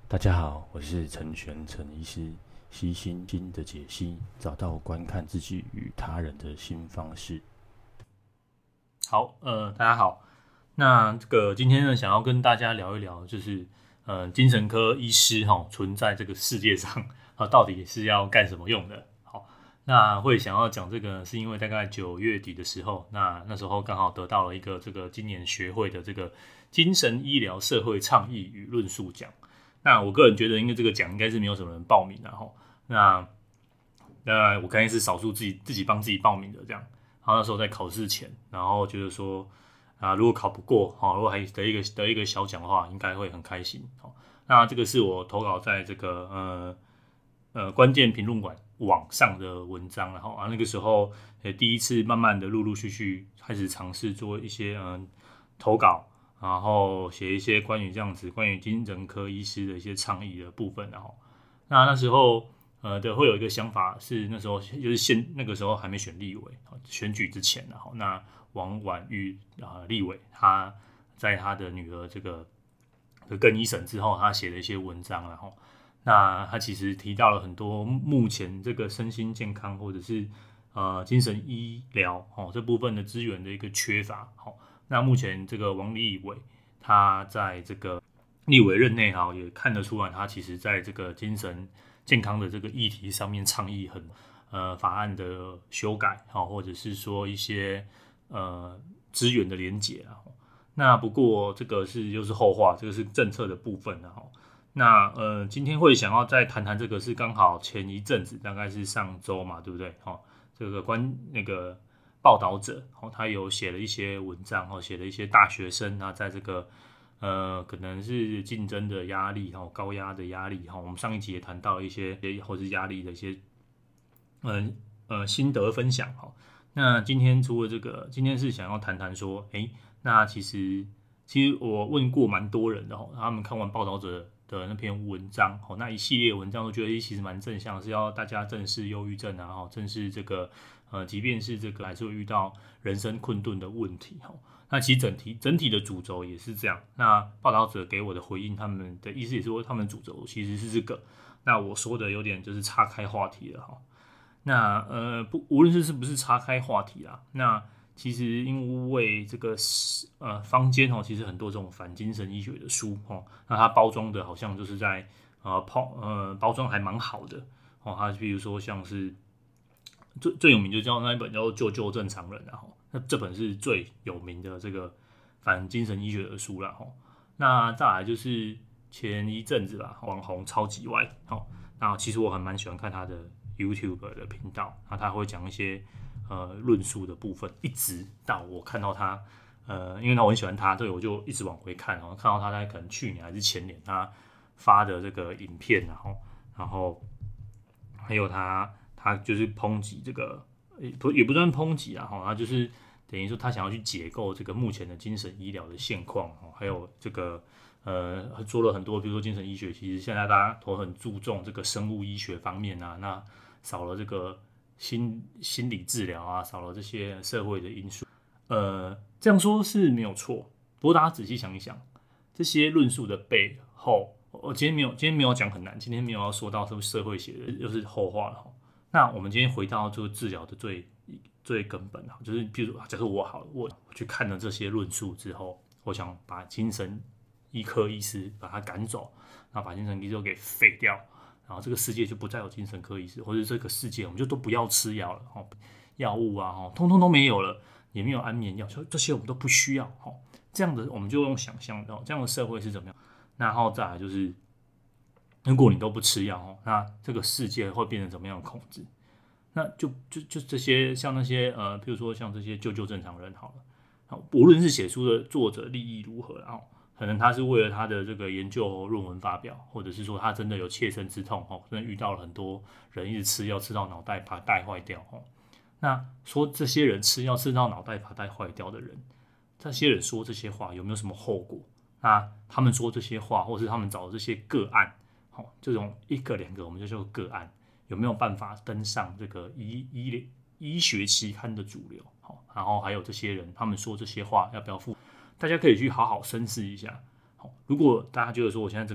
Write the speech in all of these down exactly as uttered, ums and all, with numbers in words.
大家好，我是陈玄陈医师，悉心经的解析，找到观看自己与他人的新方式。 好，呃，大家好。那这个今天呢，想要跟大家聊一聊，就是呃，精神科医师哈、哦、存在这个世界上啊，到底是要干什么用的？好，那会想要讲这个，是因为大概九月底的时候，那那时候刚好得到了一个这个今年学会的这个精神医疗社会倡议与论述奖。那我个人觉得，因为这个奖应该是没有什么人报名的哈。那那我刚才是少数自己自己帮自己报名的这样。然后那时候在考试前，然后觉得说啊，如果考不过，如果还得一个得一个小奖的话，应该会很开心。那这个是我投稿在这个呃呃关键评论馆网上的文章，然后啊那个时候也第一次慢慢的陆陆续续开始尝试做一些嗯、呃、投稿，然后写一些关于这样子关于精神科医师的一些倡议的部分，然后那那时候。呃，的会有一个想法是那时候就是现那个时候还没选立委，选举之前，然后那王婉玉啊、呃、立委他在他的女儿这个更一审之后，他写了一些文章，然后那他其实提到了很多目前这个身心健康或者是呃精神医疗哦这部分的资源的一个缺乏。好、哦，那目前这个王立委他在这个立委任内哈也看得出来，他其实在这个精神健康的这个议题上面倡议很呃法案的修改，好，或者是说一些呃资源的连结啊。那不过这个是又是后话，这个是政策的部分啊。那呃今天会想要再谈谈这个，是刚好前一阵子大概是上周嘛，对不对？哦，这个关那个报道者哦，他有写了一些文章哦，写了一些大学生啊，在这个呃，可能是竞争的压力哈，高压的压力哈。我们上一集也谈到一些或是压力的一些呃呃心得分享哈。那今天除了这个，今天是想要谈谈说，哎，那其实其实我问过蛮多人的哈，他们看完报道者的那篇文章，哦，那一系列文章都觉得其实蛮正向，是要大家正视忧郁症啊，哈，正视这个呃，即便是这个还是会遇到人生困顿的问题哈。那其实整体整体的主轴也是这样。那报道者给我的回应，他们的意思也是说，他们主轴其实是这个。那我说的有点就是岔开话题了哈。那呃不，无论是是不是岔开话题啦，那其实因为这个呃坊间哦，其实很多这种反精神医学的书哦，那它包装的好像就是在呃包呃包装还蛮好的哦。它比如说像是最最有名就叫那一本叫做《救救正常人》然后那这本是最有名的这个反精神医学的书啦哈。那再来就是前一阵子吧，网红超级歪哦，那其实我还蛮喜欢看他的 YouTube 的频道，那他会讲一些呃论述的部分，一直到我看到他呃，因为我很喜欢他，对我就一直往回看，然后看到他在可能去年还是前年他发的这个影片，然后然后还有他他就是抨击这个，也不也不算抨击啊，哈，他就是等于说他想要去解构这个目前的精神医疗的现况，还有这个。呃，做了很多，比如说精神医学，其实现在大家都很注重这个生物医学方面啊，那少了这个心心理治疗啊，少了这些社会的因素。呃，这样说是没有错，不过大家仔细想一想，这些论述的背后，我今天没有今天没有讲很难，今天没有要说到什么社会学的，又是后话了。那我们今天回到这个治疗的最最根本啊，就是譬如假设我好了，我去看了这些论述之后，我想把精神医科医师把他赶走，然后把精神医师给废掉，然后这个世界就不再有精神科医师，或者这个世界我们就都不要吃药了，哦，药物啊，哦，通通都没有了，也没有安眠药，这些我们都不需要，哦，这样的我们就用想象的，这样的社会是怎么样？然后再来就是，如果你都不吃药，哦，那这个世界会变成怎么样的控制？那就就就这些像那些呃，比如说像这些救救正常人好了，无论是写书的作者利益如何，然后。可能他是为了他的这个研究论文发表，或者是说他真的有切身之痛，哦，真的遇到了很多人一直吃药吃到脑袋把它带坏掉，哦，那说这些人吃药吃到脑袋把它带坏掉的人，这些人说这些话有没有什么后果？那他们说这些话，或是他们找的这些个案，哦，这种一个两个我们就叫个案，有没有办法登上这个医医医学期刊的主流？好，然后还有这些人，他们说这些话要不要负？大家可以去好好深思一下。好，如果大家觉得说我现在这个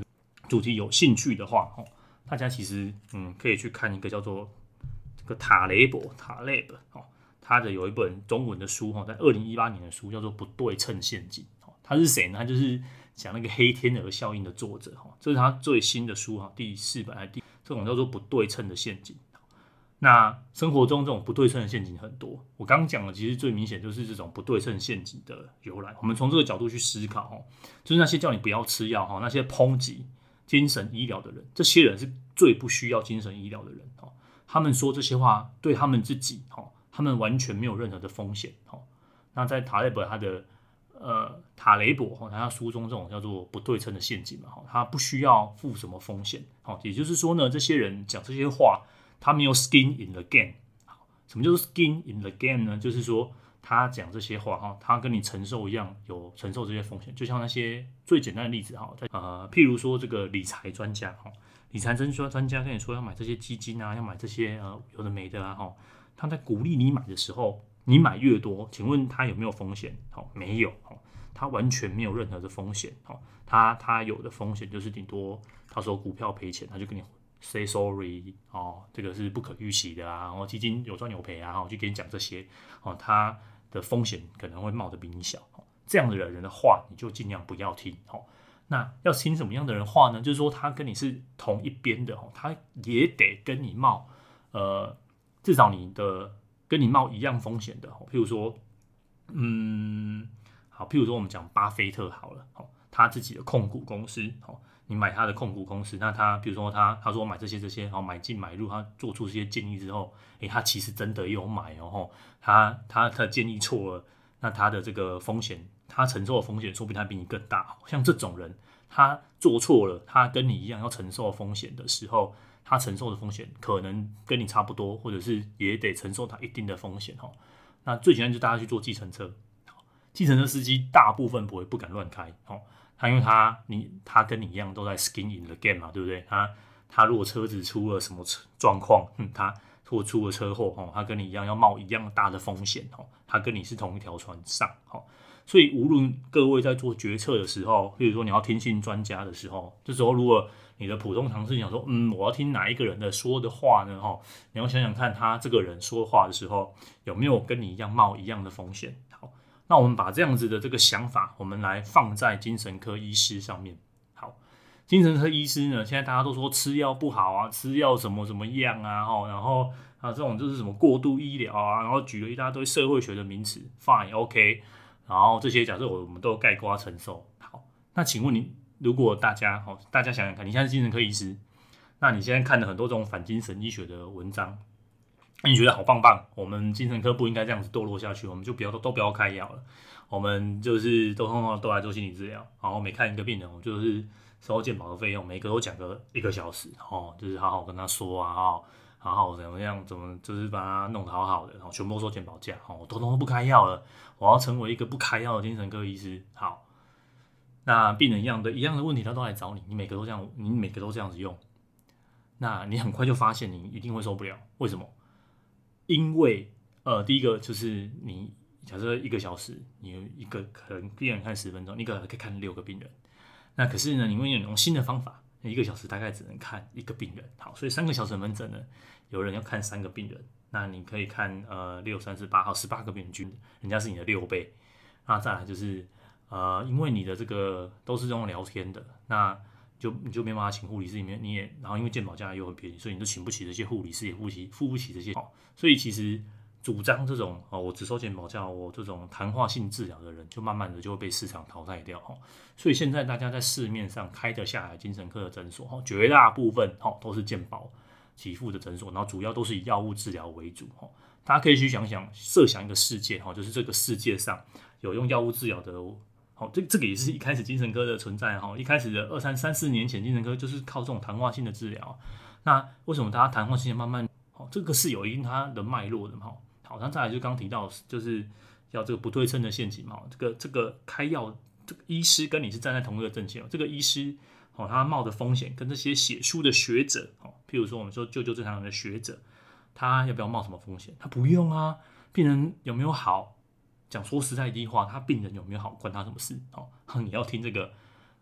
主题有兴趣的话，哦，大家其实嗯可以去看一个叫做这个塔雷伯塔雷伯哦，他的有一本中文的书哈，在二零一八年的书叫做《不对称陷阱》哦，他是谁呢？他就是讲那个黑天鹅效应的作者哈，这是他最新的书哈，第四本还第这种叫做不对称的陷阱。那生活中这种不对称的陷阱很多，我刚刚讲的其实最明显就是这种不对称陷阱的由来。我们从这个角度去思考哈，就是那些叫你不要吃药哈，那些抨击精神医疗的人，这些人是最不需要精神医疗的人哈。他们说这些话对他们自己哈，他们完全没有任何的风险哈。那在塔雷伯他的呃塔雷伯哈，他书中这种叫做不对称的陷阱嘛哈，他不需要负什么风险哈。也就是说呢，这些人讲这些话。他没有 skin in the game。好，什么叫做 skin in the game 呢？就是说他讲这些话哈，他跟你承受一样有承受这些风险。就像那些最简单的例子哈，呃，譬如说这个理财专家哈，理财专专家跟你说要买这些基金啊，要买这些呃有的没的啊哈，他在鼓励你买的时候，你买越多，请问他有没有风险？好，没有，他完全没有任何的风险。好，他他有的风险就是顶多到时候股票赔钱，他就跟你say sorry 哦，这个是不可预期的啊，然后基金有赚有赔啊，我就跟你讲这些哦，它的风险可能会冒得比你小，哦，这样的人的话你就尽量不要听，哦，那要听什么样的人话呢？就是说他跟你是同一边的，哦，他也得跟你冒，呃，至少你的跟你冒一样风险的，哦，譬如说，嗯，好，譬如说我们讲巴菲特好了，哦，他自己的控股公司，哦。你买他的控股公司，那他比如说他他说买这些这些，然后买进买入，他做出这些建议之后，诶，他其实真的有买哦，他他他的建议错了，那他的这个风险，他承受的风险说不定他比你更大。像这种人，他做错了，他跟你一样要承受风险的时候，他承受的风险可能跟你差不多，或者是也得承受他一定的风险哦。那最简单就是大家去坐计程车，计程车司机大部分不会不敢乱开哦。他因为他你他跟你一样都在 skin in the game 嘛，对不对？他他如果车子出了什么状况，嗯，他如果出了车祸，哦，他跟你一样要冒一样大的风险，哦，他跟你是同一条船上，哦，所以无论各位在做决策的时候，比如说你要听信专家的时候，这时候如果你的普通常识想说，嗯，我要听哪一个人的说的话呢？哦，你要想想看他这个人说话的时候有没有跟你一样冒一样的风险，好。那我们把这样子的这个想法，我们来放在精神科医师上面。好，精神科医师呢，现在大家都说吃药不好啊，吃药怎么怎么样啊，然后啊这种就是什么过度医疗啊，然后举了一大堆社会学的名词 ，fine OK， 然后这些假设我们都概括承受。好，那请问你，如果大家好，大家想想看，你现在是精神科医师，那你现在看了很多这种反精神医学的文章。你觉得好棒棒，我们精神科不应该这样子堕落下去，我们就不要 都, 都不要开药了，我们就是都通通都来做心理治疗，然后每看一个病人，我就是收健保的费用，每个都讲个一个小时，哦，就是好好跟他说啊，好好好怎么样，怎么就是把他弄得好好的，然后全部都收健保价，哦，我通通都不开药了，我要成为一个不开药的精神科医师。好，那病人一样的一样的问题，他都来找你，你每个都这样，你每个都这样子用，那你很快就发现你一定会受不了，为什么？因为呃，第一个就是你假设一个小时，你有一个可能病人看十分钟，一个可以看六个病人。那可是呢，你会用新的方法，一个小时大概只能看一个病人。好，所以三个小时的门诊呢，有人要看三个病人，那你可以看呃六三十八号十八个病人均，人家是你的六倍。那再来就是呃，因为你的这个都是用聊天的，那就你就没办法请护理师，里面你也，然后因为健保价又很便宜，所以你都请不起这些护理师，也付不起付不起这些，哦，所以其实主张这种哦，我只收健保价，我这种谈话性治疗的人，就慢慢的就会被市场淘汰掉，哦，所以现在大家在市面上开得下来精神科的诊所，哦，绝大部分哦都是健保给付的诊所，然后主要都是以药物治疗为主，哦，大家可以去想想，设想一个世界，哦，就是这个世界上有用药物治疗的。好，这这个也是一开始精神科的存在哈。一开始的二三三四年前，精神科就是靠这种谈话性的治疗。那为什么大家谈话性慢慢，哦，这个是有一定它的脉络的嘛？好，那再来就刚提到，就是要这个不对称的陷阱嘛。这个这个开药，这个医师跟你是站在同一个阵线，这个医师哦，他冒的风险跟这些写书的学者，哦，譬如说我们说救救正常人的学者，他要不要冒什么风险？他不用啊，病人有没有好？讲说实在一句话，他病人有没有好，关他什么事？哦，你要听这个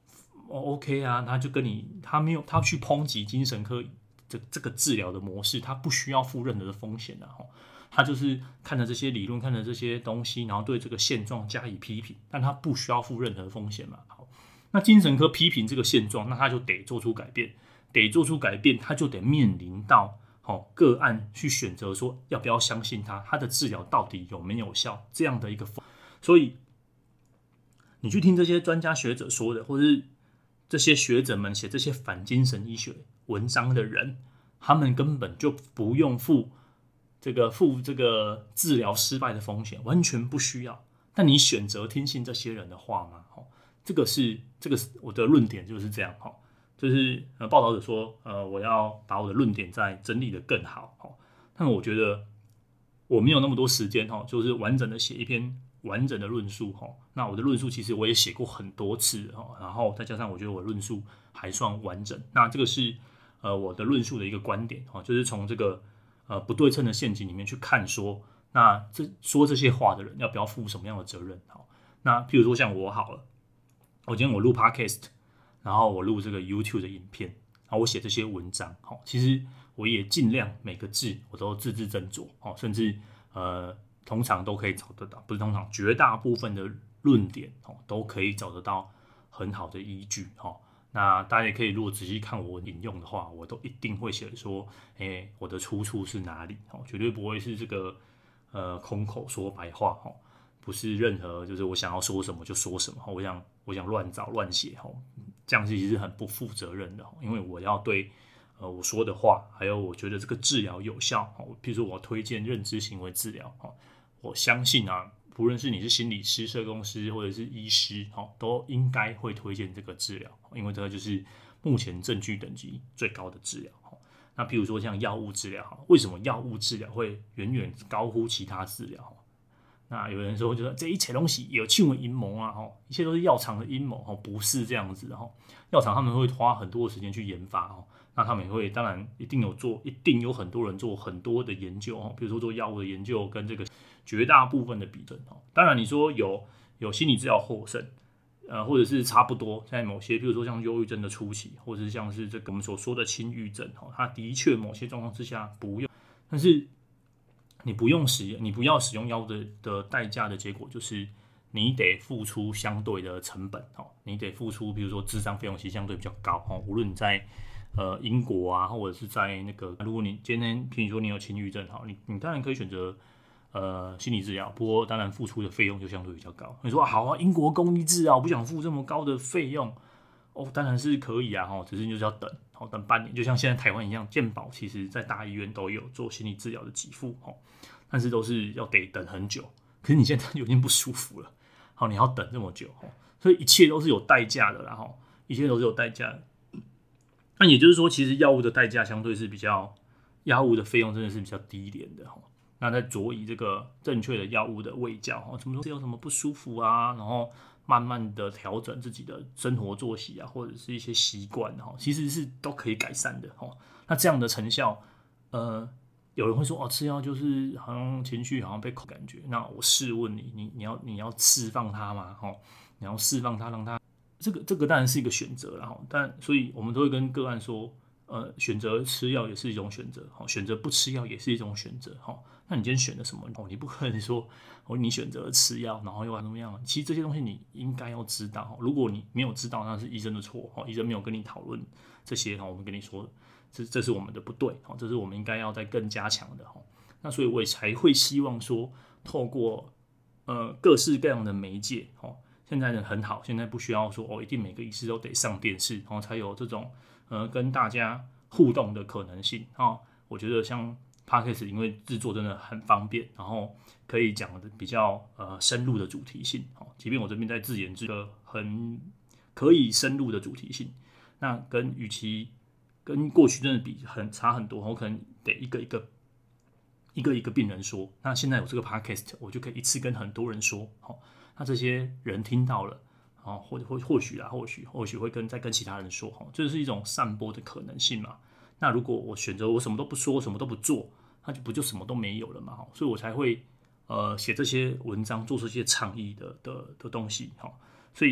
哦 OK 啊，他就跟你他没有他去抨击精神科这这个治疗的模式，他不需要负任何的风险啊，他就是看着这些理论，看着这些东西，然后对这个现状加以批评，但他不需要负任何风险嘛。好，那精神科批评这个现状，那他就得做出改变，得做出改变，他就得面临到好个案去选择说要不要相信他，他的治疗到底有没有效这样的一个，所以你去听这些专家学者说的，或是这些学者们写这些反精神医学文章的人，他们根本就不用负这个负这个治疗失败的风险，完全不需要。但你选择听信这些人的话吗？这个是这个是我的论点就是这样，就是呃报道者说，呃我要把我的论点再整理的更好，但我觉得我没有那么多时间，就是完整的写一篇完整的论述。那我的论述其实我也写过很多次，然后再加上我觉得我的论述还算完整。那这个是呃我的论述的一个观点，就是从这个呃不对称的陷阱里面去看说，那这说这些话的人要不要负什么样的责任？好，那譬如说像我好了，我今天我录 podcast， 然后我录这个 YouTube 的影片，然后我写这些文章，好，其实我也尽量每个字我都字字斟酌，好，甚至呃通常都可以找得到，不是通常，绝大部分的论点都可以找得到很好的依据。那大家也可以，如果仔细看我引用的话，我都一定会写说，欸，我的出处是哪里，绝对不会是这个呃空口说白话，不是任何就是我想要说什么就说什么，我想我想乱找乱写，这样其实是很不负责任的，因为我要对呃我说的话，还有我觉得这个治疗有效，譬如说我推荐认知行为治疗，我相信啊，不论是你是心理师、社工师或者是医师，都应该会推荐这个治疗，因为这个就是目前证据等级最高的治疗。那譬如说像药物治疗，为什么药物治疗会远远高乎其他治疗？那有人说，就说这一切东西有庆文阴谋啊，一切都是药厂的阴谋，不是这样子。药厂他们会花很多的时间去研发，那他们也会，当然一定有做，一定有很多人做很多的研究，比如说做药物的研究跟这个绝大部分的比证。当然你说有有心理治疗获胜，呃，或者是差不多，在某些，比如说像忧郁症的初期，或者是像是这个我们所说的轻郁症，它的确某些状况之下不用，但是你不用使你不要使用药物 的, 的代价的结果就是你得付出相对的成本，你得付出，比如说咨商费用其实相对比较高，无论你在呃英国啊，或者是在那个，如果你今天譬如说你有轻郁症，好，你你当然可以选择呃心理治疗，不过当然付出的费用就相对比较高。你说好啊，英国公益治疗，我不想付这么高的费用，哦，当然是可以啊，只是你就是要等，等半年，就像现在台湾一样，健保其实在大医院都有做心理治疗的给付，但是都是要得等很久。可是你现在有点不舒服了，好，你要等这么久，所以一切都是有代价的啦，一切都是有代价的。那也就是说，其实药物的代价相对是比较，药物的费用真的是比较低廉的。那在佐以这个正确的药物的卫教，什么东西有什么不舒服啊，然后慢慢的调整自己的生活作息啊，或者是一些习惯，其实是都可以改善的。那这样的成效，呃，有人会说哦，吃药就是好像情绪好像被控感觉。那我试问你，你你要你要释放它吗？你要释放它，让它这个这个当然是一个选择啦，但所以我们都会跟个案说，呃，选择吃药也是一种选择，选择不吃药也是一种选择。那你今天选了什么？你不可能说你选择了吃药，然后又怎么样？其实这些东西你应该要知道。如果你没有知道，那是医生的错，医生没有跟你讨论这些，我们跟你说，这这是我们的不对，这是我们应该要再更加强的。那所以我也才会希望说，透过呃各式各样的媒介，现在人很好，现在不需要说哦，一定每个医师都得上电视，然后才有这种呃跟大家互动的可能性。哦，我觉得像 Podcast 因为制作真的很方便，然后可以讲的比较呃深入的主题性。哦，即便我这边在自研这个很可以深入的主题性，那跟与其跟过去真的比很差很多，我可能得一个一个一个一个病人说。那现在有这个 Podcast， 我就可以一次跟很多人说。哦，那这些人听到了，哦，或或或许啦，或许或许会跟再跟其他人说，这是一种散播的可能性嘛。那如果我选择我什么都不说，什么都不做，那就不就什么都没有了嘛。所以我才会呃写这些文章，做这些倡议的的的东西。所以如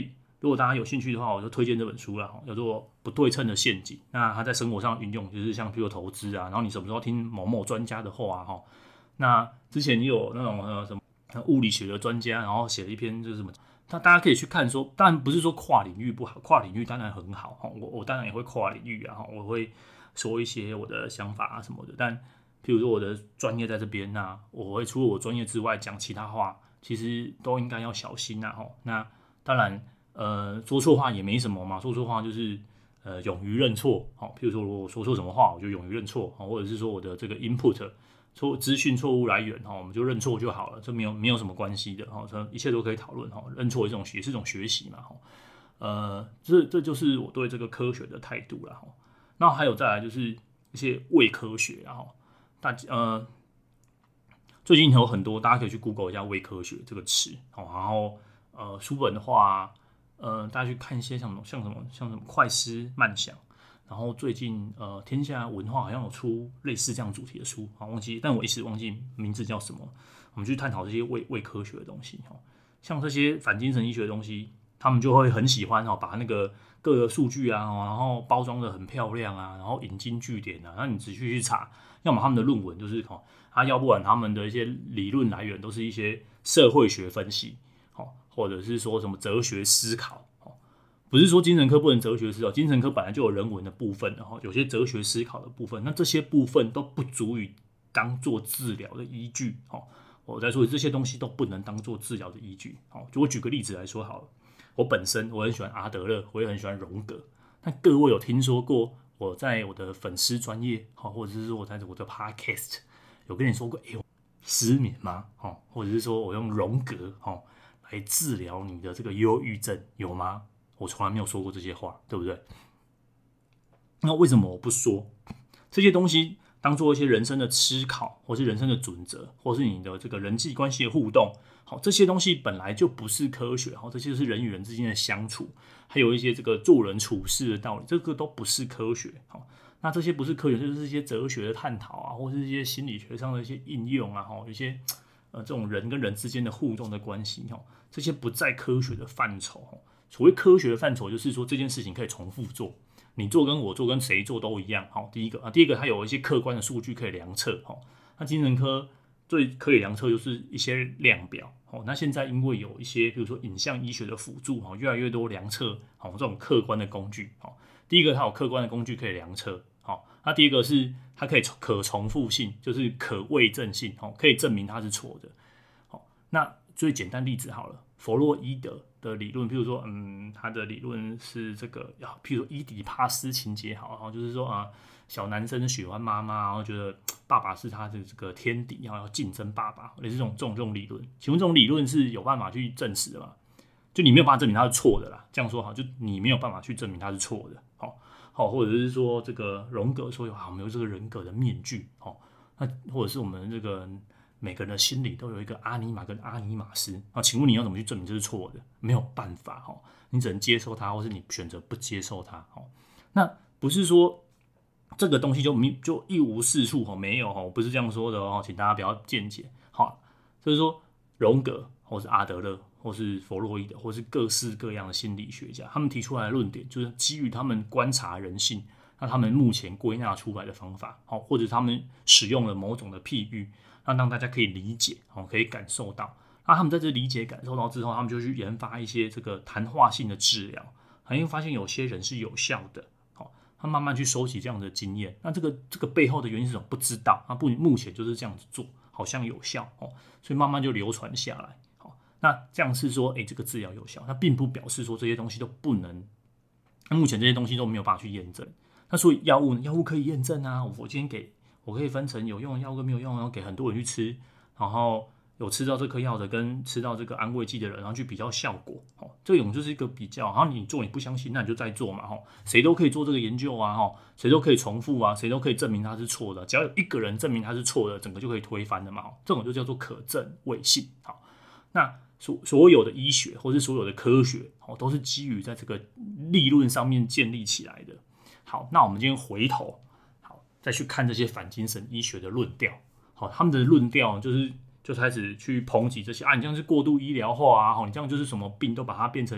如果大家有兴趣的话，我就推荐这本书啦，叫做《不对称的陷阱》。那它在生活上运用，就是像譬如投资啊，然后你什么时候听某某专家的话哈。那之前也有那种呃什么物理学的专家，然后写了一篇就是什么，那大家可以去看说，当然不是说跨领域不好，跨领域当然很好哈。我我当然也会跨领域啊，我会说一些我的想法啊什么的。但譬如说我的专业在这边，那我会除了我专业之外讲其他话，其实都应该要小心啊哈。那当然。呃，说错话也没什么嘛，说错话就是呃勇于认错，好，譬如说如果我说错什么话，我就勇于认错，或者是说我的这个 input 错资讯错误来源，哈，我们就认错就好了，这没有没有什么关系的，哈，这一切都可以讨论，哈，认错也是一种也是一种学习嘛，哈，呃，这这就是我对这个科学的态度了，哈。那还有再来就是一些伪科学，然后大呃最近有很多大家可以去 Google 一下伪科学这个词，好，然后呃书本的话。呃，大家去看一些像什么像什么像什么快思慢想，然后最近呃天下文化好像有出类似这样主题的书，好忘记，但我一时忘记名字叫什么。我们去探讨这些伪伪科学的东西，像这些反精神医学的东西，他们就会很喜欢把那个各个数据啊，然后包装的很漂亮啊，然后引经据典啊，那你仔细去查，要么他们的论文就是哦，他要不然他们的一些理论来源都是一些社会学分析。或者是说什么哲学思考，不是说精神科不能哲学思考，精神科本来就有人文的部分，有些哲学思考的部分，那这些部分都不足以当做治疗的依据。我再说这些东西都不能当做治疗的依据。就我举个例子来说好了，我本身我很喜欢阿德勒，我也很喜欢荣格，那各位有听说过我在我的粉丝专页，或者是说我在我的 podcast 有跟你说过，欸，失眠吗？或者是说我用荣格来治疗你的这个忧郁症有吗？我从来没有说过这些话，对不对？那为什么我不说这些东西？当做一些人生的思考，或是人生的准则，或是你的这个人际关系的互动，好，这些东西本来就不是科学，好，这些就是人与人之间的相处，还有一些这个做人处事的道理，这个都不是科学，好，那这些不是科学，就是一些哲学的探讨啊，或是一些心理学上的一些应用啊，哈，一些。呃，这种人跟人之间的互动的关系，这些不在科学的范畴。所谓科学的范畴，就是说这件事情可以重复做，你做跟我做跟谁做都一样。第一个啊，第一个它有一些客观的数据可以量测。那精神科最可以量测就是一些量表。那现在因为有一些，比如说影像医学的辅助，越来越多量测这种客观的工具。第一个它有客观的工具可以量测。那第一个是它可以可重复性，就是可伪证性，可以证明它是错的。那最简单例子好了，弗洛伊德的理论，譬如说，嗯，他的理论是这个，譬如说伊底帕斯情节，好，就是说啊，小男生喜欢妈妈，然后觉得爸爸是他的这个天敌，然后要竞争爸爸，类似这种这种这种理论。请问这种理论是有办法去证实的吗？就你没有办法证明它是错的啦。这样说好，就你没有办法去证明它是错的，好。好，或者是说这个荣格说啊，我们有这个人格的面具，哦，那或者是我们这个每个人的心里都有一个阿尼玛跟阿尼玛斯，那请问你要怎么去证明这是错的？没有办法，哦，你只能接受它，或是你选择不接受它，哦，那不是说这个东西就就一无是处，哦，没有，哦，不是这样说的哦，请大家不要见解，好，就是说荣格或是阿德勒。或是弗洛伊德，或是各式各样的心理学家，他们提出来的论点，就是基于他们观察人性，那他们目前归纳出来的方法，好，或者他们使用了某种的譬喻，那让大家可以理解，好，可以感受到。那他们在这理解、感受到之后，他们就去研发一些这个谈话性的治疗，因为发现有些人是有效的，好，他慢慢去收集这样的经验。那这个这个背后的原因是什么？不知道，那不目前就是这样子做，好像有效，哦，所以慢慢就流传下来。那这样是说，哎，这个治疗有效，那并不表示说这些东西都不能，那目前这些东西都没有办法去验证。那所以药物呢？药物可以验证啊，我今天给我可以分成有用的药跟没有用的，然后给很多人去吃，然后有吃到这颗药的跟吃到这个安慰剂的人，然后去比较效果。哦，这种就是一个比较。然后你做你不相信，那你就再做嘛。哈，谁都可以做这个研究啊。哈，谁都可以重复啊，谁都可以证明它是错的。只要有一个人证明它是错的，整个就可以推翻的嘛。这种就叫做可证伪性。好，那。所所有的医学或是所有的科学，哦，都是基于在这个理论上面建立起来的。好，那我们今天回头，好，再去看这些反精神医学的论调。好，他们的论调就是就开始去抨击这些啊，你这样是过度医疗化啊，你这样就是什么病都把它变成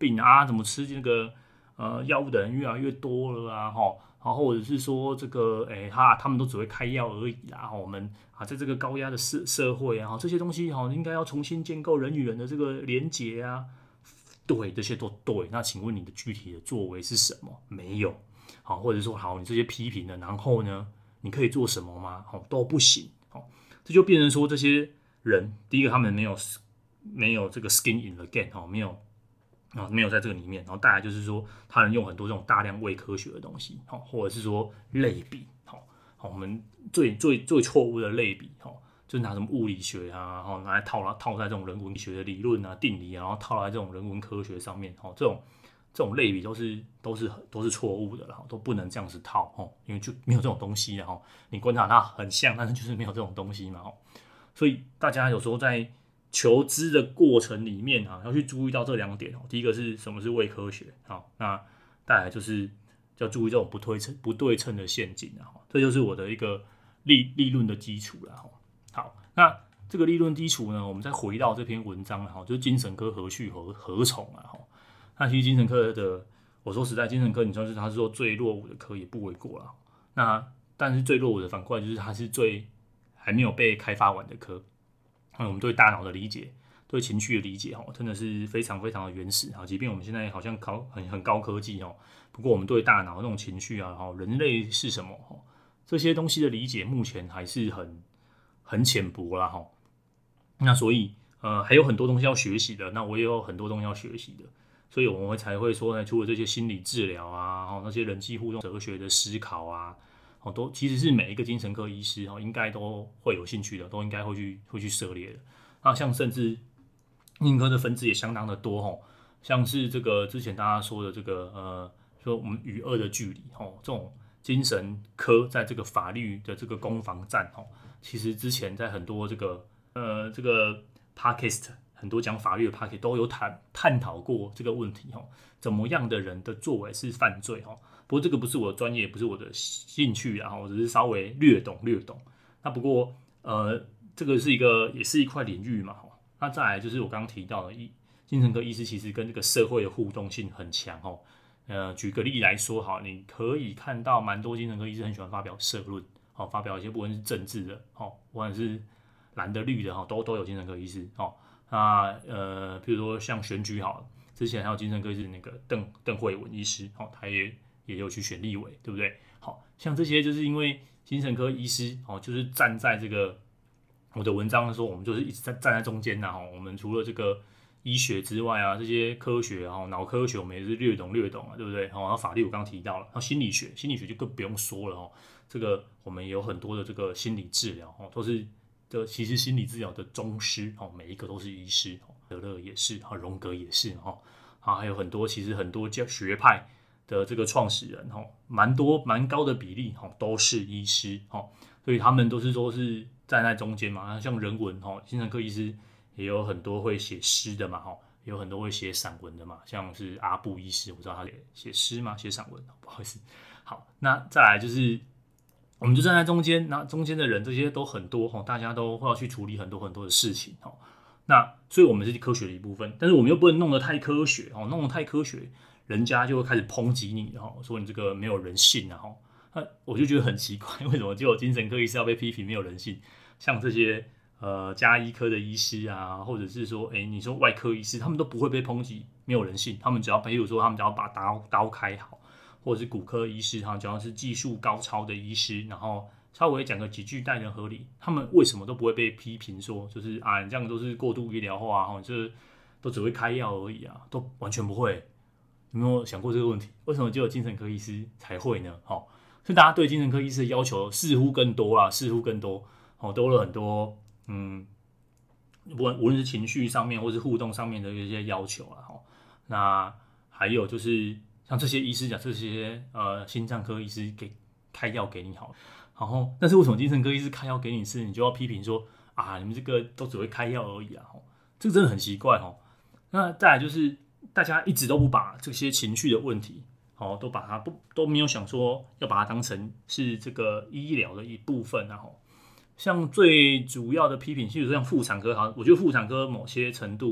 病啊，怎么吃那个呃药物的人越来越多了啊，哈，然后或者是说这个，哎，他他们都只会开药而已啦，我们啊在这个高压的社社会啊，这些东西哈应该要重新建构人与人的这个连结啊，对，这些都对。那请问你的具体的作为是什么？没有，好，或者说好，你这些批评的，然后呢，你可以做什么吗？好，都不行，好，这就变成说这些人，第一个他们没有没有这个 skin in the game， 好，没有。啊，没有在这个里面，然后再来就是说，他人用很多这种大量伪科学的东西，好，或者是说类比，好，好，我们最最最错误的类比，好，就是拿什么物理学啊，然后拿来套套在这种人文学的理论啊、定理啊，然后套在这种人文科学上面，好，这种这种类比都是都是都是错误的啦，都不能这样子套，哦，因为就没有这种东西，然后你观察它很像，但是就是没有这种东西嘛，哦，所以大家有时候在求知的过程里面啊，要去注意到这两点哦。第一个是什么是伪科学，好，那再来就是要注意这种不对称、不对称的陷阱啊。这就是我的一个立立论的基础了。好，那这个立论基础呢，我们再回到这篇文章哈，就是精神科何去何何从啊？哈，那其实精神科的，我说实在，精神科你说是他是说最落伍的科也不为过了。那但是最落伍的反过来就是它是最还没有被开发完的科。我们对大脑的理解，对情绪的理解，真的是非常非常的原始。即便我们现在好像高很很高科技，不过我们对大脑那种情绪啊，人类是什么这些东西的理解，目前还是很很浅薄啦。那所以呃还有很多东西要学习的，那我也有很多东西要学习的，所以我们才会说呢，除了这些心理治疗啊，那些人际互动、哲学的思考啊。哦，都其实是每一个精神科医师哦，应该都会有兴趣的，都应该会去会去涉猎的。那像甚至精神科的分支也相当的多哦，像是这个之前大家说的这个呃，说我们与恶的距离哦，这种精神科在这个法律的这个攻防战哦，其实之前在很多这个呃这个 podcast 很多讲法律的 podcast 都有探探讨过这个问题哦，怎么样的人的作为是犯罪哦。不过这个不是我的专业，不是我的兴趣啊，我只是稍微略懂略懂。那不过呃，这个是一个也是一块领域嘛。那再来就是我刚刚提到的，精神科医师其实跟这个社会的互动性很强哦。呃，举个例来说，好，你可以看到蛮多精神科医师很喜欢发表社论，好，发表一些不论是政治的，好，不管是蓝的绿的，哈，都都有精神科医师，哦。那呃，比如说像选举好了，之前还有精神科医师那个邓邓惠文医师，哦，他也。也有去选立委，对不对？好像这些就是因为精神科医师哦，就是站在这个我的文章说，我们就是一直在站在中间呐。我们除了这个医学之外啊，这些科学啊，脑科学我们也是略懂略懂啊，对不对？然后法律我刚刚提到了，然后心理学，心理学就更不用说了哦。这个我们也有很多的这个心理治疗哦，都是这其实心理治疗的宗师哦，每一个都是医师哦，德勒也是，哈，荣格也是哦，啊，还有很多其实很多教学派。的这个创始人哈，蛮多蛮高的比例哈，都是医师哈，所以他们都是说是站在中间嘛。像人文哈，精神科医师也有很多会写诗的嘛哈，有很多会写散文的嘛，像是阿布医师，我知道他写诗嘛，写散文，不好意思。好，那再来就是我们就站在中间，那中间的人这些都很多哈，大家都会要去处理很多很多的事情哈。那所以我们是科学的一部分，但是我们又不能弄得太科学哦，弄得太科学。人家就会开始抨击你，说你这个没有人性啊，那我就觉得很奇怪，为什么只有精神科医师要被批评没有人性？像这些呃家医科的医师啊，或者是说，哎，你说外科医师，他们都不会被抨击没有人性，他们只要，比如说他们只要把刀刀开好，或者是骨科医师，他只要是技术高超的医师，然后稍微讲个几句待人合理，他们为什么都不会被批评说，就是啊，你这样都是过度医疗化啊，这都只会开药而已啊，都完全不会。有没有想过这个问题？为什么只有精神科医师才会呢？哦，所以大家对精神科医师的要求似乎更多啦，似乎更多，哦，多了很多，嗯，无论无论是情绪上面或是互动上面的一些要求啦，哦，那还有就是像这些医师讲，这些呃心脏科医师给开药给你好，然后但是为什么精神科医师开药给你是，你就要批评说啊，你们这个都只会开药而已啊，哦，这个真的很奇怪哦。那再来就是。大家一直都不把这些情绪的问题，哦，都把它不都没有想说要把它当成是这个医疗的一部分啊。像最主要的批评，譬如说像妇产科，好，我觉得妇产科某些程度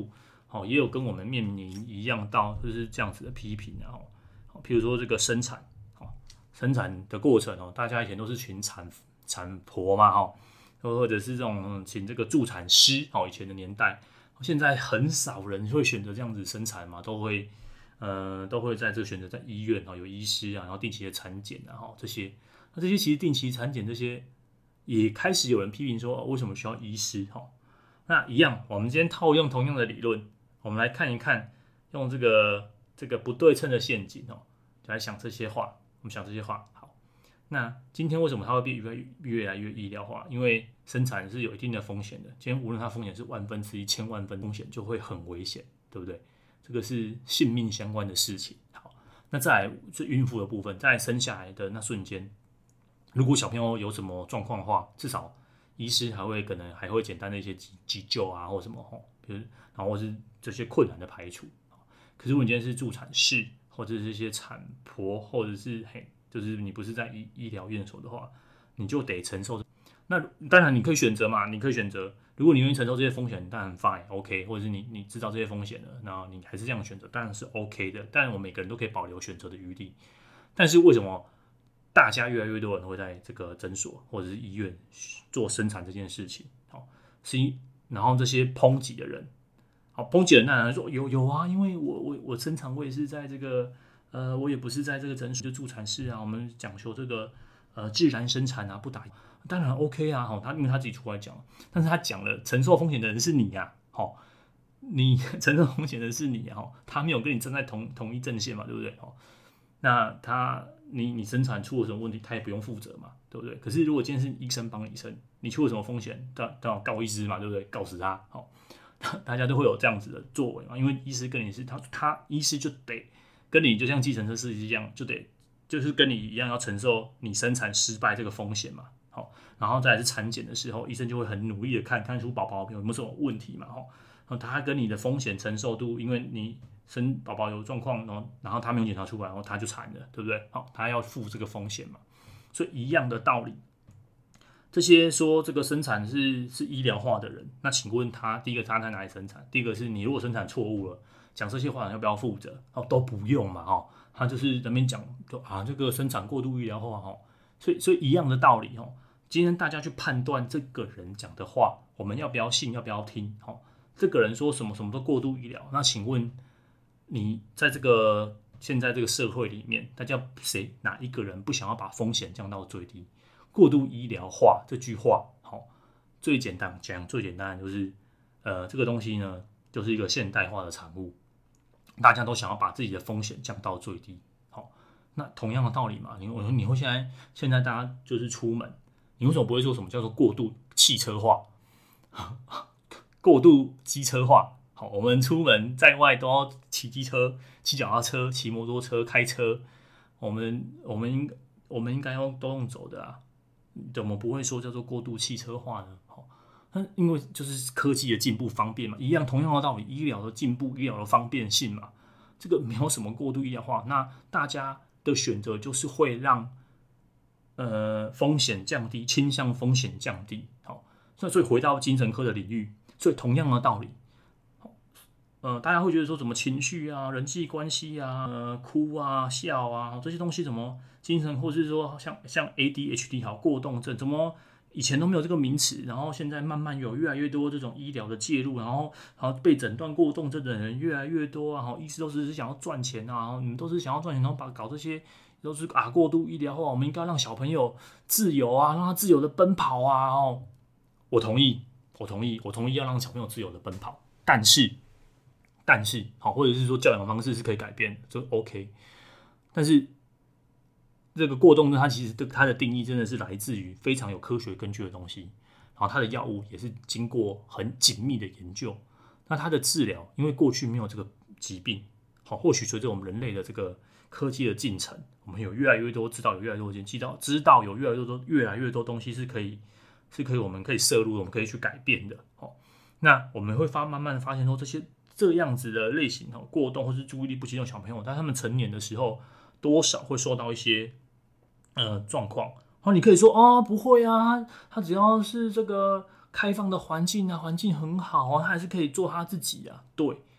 好，也有跟我们面临一样到就是这样子的批评啊。好，譬如说这个生产，好，生产的过程哦，大家以前都是请产产婆嘛，哈，或者是这种请这个助产师，好，以前的年代，现在很少人会选择这样子生产嘛，都会呃都会在这个选择在医院哦，有医师啊，然后定期的产检啊，哈，这些，那这些其实定期产检这些也开始有人批评说，哦，为什么需要医师？哈，那一样，我们今天套用同样的理论。我们来看一看，用这个这个不对称的陷阱哦，就来想这些话。我们想这些话，好。那今天为什么它会变越越来越医疗化？因为生产是有一定的风险的。今天无论它风险是万分之一、千万分，风险就会很危险，对不对？这个是性命相关的事情。好，那再来是孕妇的部分，在生下来的那瞬间，如果小朋友有什么状况的话，至少医师还会可能还会简单的一些急急救啊，或什么吼，比如然后或是这些困难的排除。可是如果你今天是助产士，或者是一些产婆，或者是嘿，就是你不是在医医疗院所的话，你就得承受。那当然你可以选择嘛，你可以选择，如果你愿意承受这些风险，当然 fine OK， 或者是你你知道这些风险了，那你还是这样选择，当然是 OK 的。当然我们每个人都可以保留选择的余地。但是为什么大家越来越多人会在这个诊所或者是医院做生产这件事情？好，是然后这些抨击的人。好，抨击人当然说有有啊，因为我我我生产我也是在这个呃，我也不是在这个诊所就助产士啊，我们讲求这个呃自然生产啊，不打，当然 OK 啊，好，他因为他自己出来讲，但是他讲了承受风险的人是你啊，好，你承受风险的是你啊，他没有跟你站在同同一阵线嘛，对不对？好，那他你你生产出了什么问题，他也不用负责嘛，对不对？可是如果今天是医生帮医生，你出了什么风险，当当然告医师嘛，对不对？告死他，好。大家都会有这样子的作为嘛，因为医师跟你是他他医师就得跟你就像计程车司机一样，就得就是跟你一样要承受你生产失败这个风险嘛。好，然后再来是产检的时候，医生就会很努力的看看出宝宝有没有什么问题嘛。哈，他跟你的风险承受度，因为你生宝宝有状况，然后然后他没有检查出来，然后他就惨了，对不对？好，他要负这个风险嘛。所以一样的道理。这些说这个生产是是医疗化的人，那请问他第一个他在哪里生产？第一个是你如果生产错误了，讲这些话要不要负责？哦，都不用嘛，哦，他就是那边讲就啊这个生产过度医疗化，哦，所以所以一样的道理，哦，今天大家去判断这个人讲的话，我们要不要信，要不要听？哦，这个人说什么什么都过度医疗，那请问你在这个现在这个社会里面，大家谁哪一个人不想要把风险降到最低？过度医疗化这句话，好，最简单讲，最简单的就是，呃，这个东西呢，就是一个现代化的产物，大家都想要把自己的风险降到最低。好，那同样的道理嘛，你你会现在现在大家就是出门，你为什么不会说什么叫做过度汽车化、过度机车化？好，我们出门在外都要骑机车、骑脚踏车、骑摩托车、开车，我们我们应我们应该要都用走的啊。怎么不会说叫做过度汽车化呢？好，因为就是科技的进步方便嘛，一样同样的道理，医疗的进步、医疗的方便性嘛，这个没有什么过度医疗化，那大家的选择就是会让呃风险降低，倾向风险降低。好，所以回到精神科的领域，所以同样的道理，呃，大家会觉得说怎么情绪啊、人际关系啊、呃、哭啊、笑啊这些东西怎么精神，或是说像像 A D H D 好过动症，怎么以前都没有这个名词，然后现在慢慢有越来越多这种医疗的介入，然后然后被诊断过动症的人越来越多啊，然后医师都只是想要赚钱啊，然后你们都是想要赚钱，然后把搞这些都是啊过度医疗化，我们应该让小朋友自由啊，让他自由的奔跑啊，哦，我同意，我同意，我同意要让小朋友自由的奔跑，但是。但是好，或者是说教养方式是可以改变的，就 OK。但是这个过动症，它其实它的定义真的是来自于非常有科学根据的东西，然后它的药物也是经过很紧密的研究。那它的治疗，因为过去没有这个疾病，好，或许随着我们人类的这个科技的进程，我们有越来越多知道，有越来越多知道，知道有越来越多越来越多东西是可以是可以我们可以摄入，我们可以去改变的。好，那我们会发慢慢的发现说这些。这样子的类型过动或是注意力不集中的小朋友，但他们成年的时候多少会受到一些呃状况。然你可以说哦，不会啊，他只要是这个开放的环境啊，环境很好啊，他还是可以做他自己啊。对，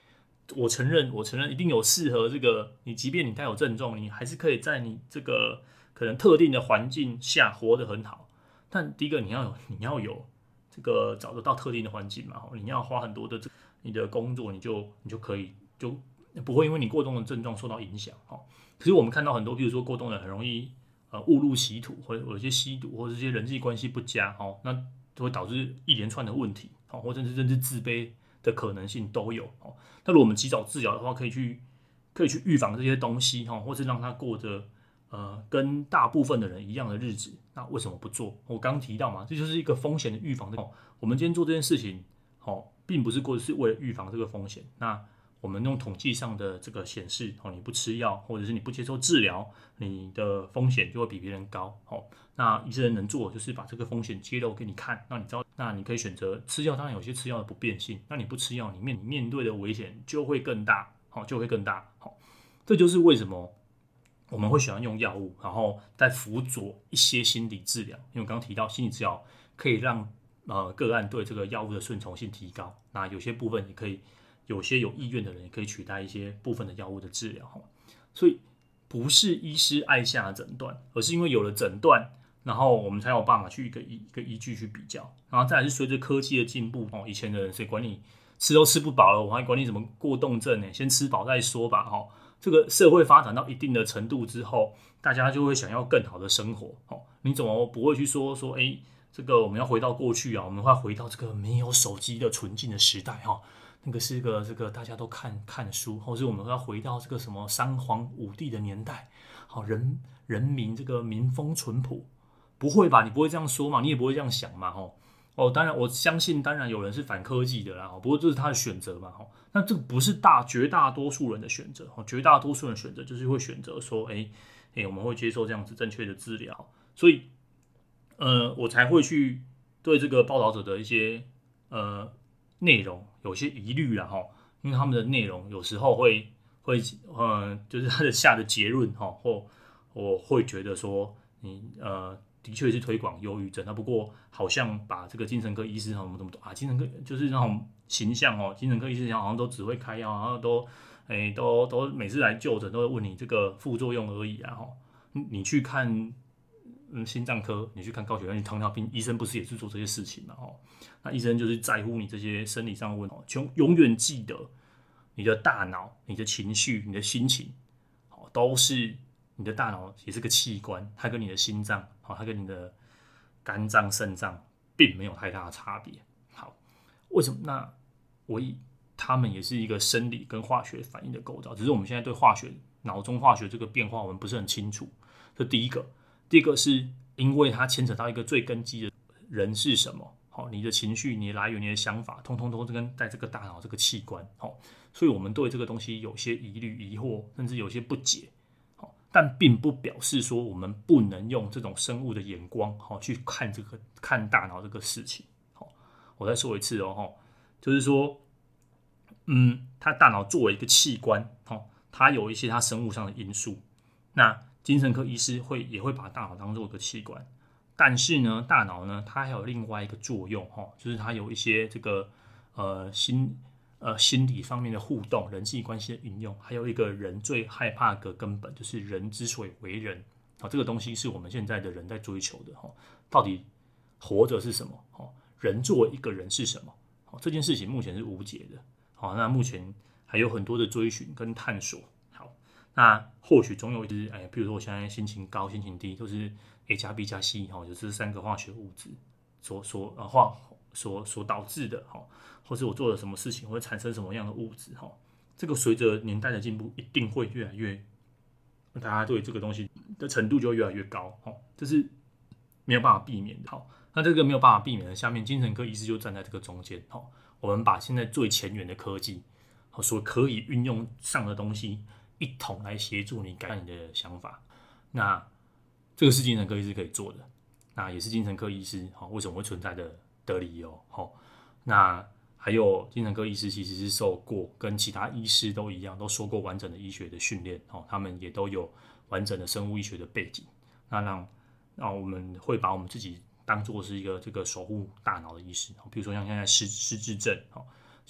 我承认，我承认一定有适合这个你，即便你带有症状，你还是可以在你这个可能特定的环境下活得很好。但第一个你要有，你要有这个找得到特定的环境嘛，你要花很多的这你的工作，你就你就可以就不会因为你过动的症状受到影响。可是我们看到很多，比如说过动人很容易呃误入歧途，或者有些吸毒，或者这些人际关系不佳，那就会导致一连串的问题，或者是甚至自卑的可能性都有。那如果我们及早治疗的话，可以去可以去预防这些东西，或是让他过着呃跟大部分的人一样的日子。那为什么不做？我刚刚提到嘛，这就是一个风险的预防。我们今天做这件事情，并不是过是为了预防这个风险。那我们用统计上的这个显示，你不吃药或者是你不接受治疗，你的风险就会比别人高。那医生能做的就是把这个风险揭露给你看，那你知道，那你可以选择吃药。当然有些吃药的不变性，那你不吃药，你面你面对的危险就会更大，就会更大。这就是为什么我们会喜欢用药物，然后再辅佐一些心理治疗。因为我刚刚提到心理治疗可以让呃个案对这个药物的顺从性提高，那有些部分也可以。有些有意愿的人也可以取代一些部分的药物的治疗，所以不是医师爱下诊断，而是因为有了诊断，然后我们才有办法去一个一个依据去比较，然后再来是随着科技的进步，以前的人谁管你吃都吃不饱了，我还管你什么过动症呢？先吃饱再说吧。这个社会发展到一定的程度之后，大家就会想要更好的生活，你怎么不会去说说，哎，这个我们要回到过去啊，我们会回到这个没有手机的纯净的时代哈。那个是个这个大家都看看书，或是我们要回到这个什么三皇五帝的年代，好人人民这个民风淳朴，不会吧？你不会这样说嘛？你也不会这样想嘛？吼哦，当然我相信，当然有人是反科技的啦，不过这是他的选择嘛，吼。那这个不是大绝大多数人的选择，绝大多数人选择就是会选择说，哎哎，我们会接受这样子正确的治疗，所以呃，我才会去对这个报道者的一些呃。内容有些疑虑啦，因为他们的内容有时候会会呃，就是他的下的结论哈，或我会觉得说你呃的确是推广忧郁症，那不过好像把这个精神科医师哈，我们怎么啊，精神科就是那种形象哦，精神科医师好像都只会开药，然后都哎都都每次来就诊都会问你这个副作用而已啊，哈，你去看。嗯，心脏科，你去看高血压、你糖尿病，医生不是也是做这些事情嘛？哦，那医生就是在乎你这些生理上的问题，永永远记得你的大脑、你的情绪、你的心情，哦，都是你的大脑也是个器官，它跟你的心脏，哦，它跟你的肝脏、肾脏并没有太大的差别。好，为什么？那我以他们也是一个生理跟化学反应的构造，只是我们现在对化学、脑中化学这个变化我们不是很清楚。这第一个。第一个是因为它牵扯到一个最根基的人是什么，好，你的情绪、你的来源、你的想法，通通都是跟在这个大脑这个器官，好，所以我们对这个东西有些疑虑、疑惑，甚至有些不解，好，但并不表示说我们不能用这种生物的眼光，好，去看这个看大脑这个事情，好，我再说一次哦，就是说，嗯，它大脑作为一个器官，好，它有一些它生物上的因素，那。精神科医师会也会把大脑当做一个器官，但是呢，大脑呢，它还有另外一个作用，就是它有一些这个呃心呃心理方面的互动、人际关系的运用，还有一个人最害怕的根本，就是人之所以为人，这个东西是我们现在的人在追求的，到底活着是什么？人作为一个人是什么？这件事情目前是无解的，那目前还有很多的追寻跟探索。那或许总有一支，哎，比如说我现在心情高、心情低，都是 A 加 B 加 C 哈，就是三个化学物质所所呃化所所导致的哈，或是我做了什么事情会产生什么样的物质哈，这个随着年代的进步，一定会越来越，大家对这个东西的程度就会越来越高哈，这是没有办法避免的。好，那这个没有办法避免的，下面精神科医师就站在这个中间哈，我们把现在最前沿的科技，所可以运用上的东西。一同来协助你改变你的想法，那这个是精神科医师可以做的，那也是精神科医师为什么会存在的的理由。那还有精神科医师其实是受过跟其他医师都一样，都受过完整的医学的训练，他们也都有完整的生物医学的背景，那让让我们会把我们自己当作是一个这个守护大脑的医师，比如说像现在失失智症。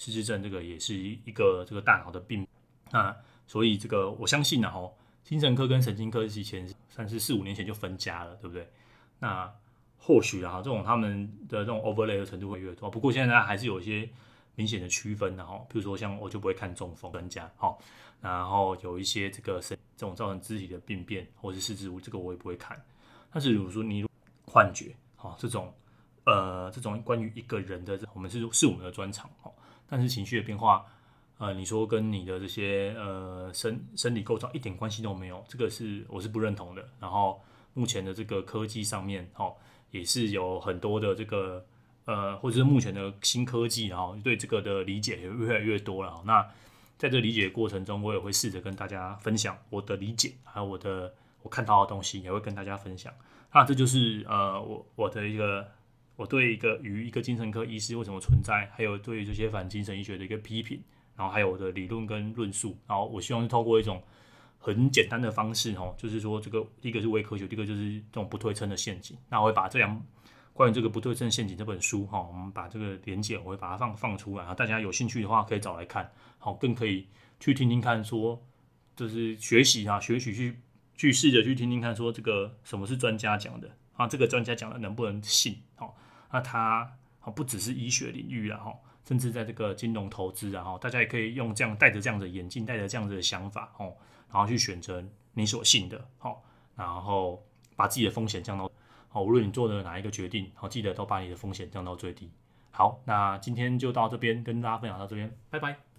失智症这个也是一个这个大脑的病。那所以这个我相信啊，吼，精神科跟神经科以前三四四五年前就分家了，对不对？那或许啊，这种他们的这种 overlay 的程度会越多。不过现在还是有一些明显的区分的哈，比如说像我就不会看中风专家哈，然后有一些这个这种造成肢体的病变或是失智物，这个我也不会看。但是如果说你幻觉哈这种呃这种关于一个人的，我们是是我们的专长哈，但是情绪的变化。呃，你说跟你的这些呃生生理构造一点关系都没有，这个是我是不认同的。然后目前的这个科技上面，哦，也是有很多的这个呃，或者是目前的新科技，然后对这个的理解也越来越多了。那在这个理解的过程中，我也会试着跟大家分享我的理解，还有我的我看到的东西，也会跟大家分享。那这就是呃我我的一个我对一个与一个精神科医师为什么存在，还有对于这些反精神医学的一个批评。然后还有我的理论跟论述，然后我希望是透过一种很简单的方式，就是说这个第一个是伪科学，第一个就是这种不对称的陷阱。那我会把这两关于这个不对称陷阱这本书，我们把这个连结我会把它放放出来，然后大家有兴趣的话可以找来看，好，更可以去听听看说，就是学习啊，学习去去试着去听听看说这个什么是专家讲的啊，这个专家讲的能不能信？好，那他不只是医学领域啦，哈。甚至在这个金融投资啊，大家也可以用这样带着这样的眼镜，带着这样子的想法，然后去选择你所信的，然后把自己的风险降到，无论你做的哪一个决定，记得都把你的风险降到最低。好，那今天就到这边跟大家分享到这边，拜拜。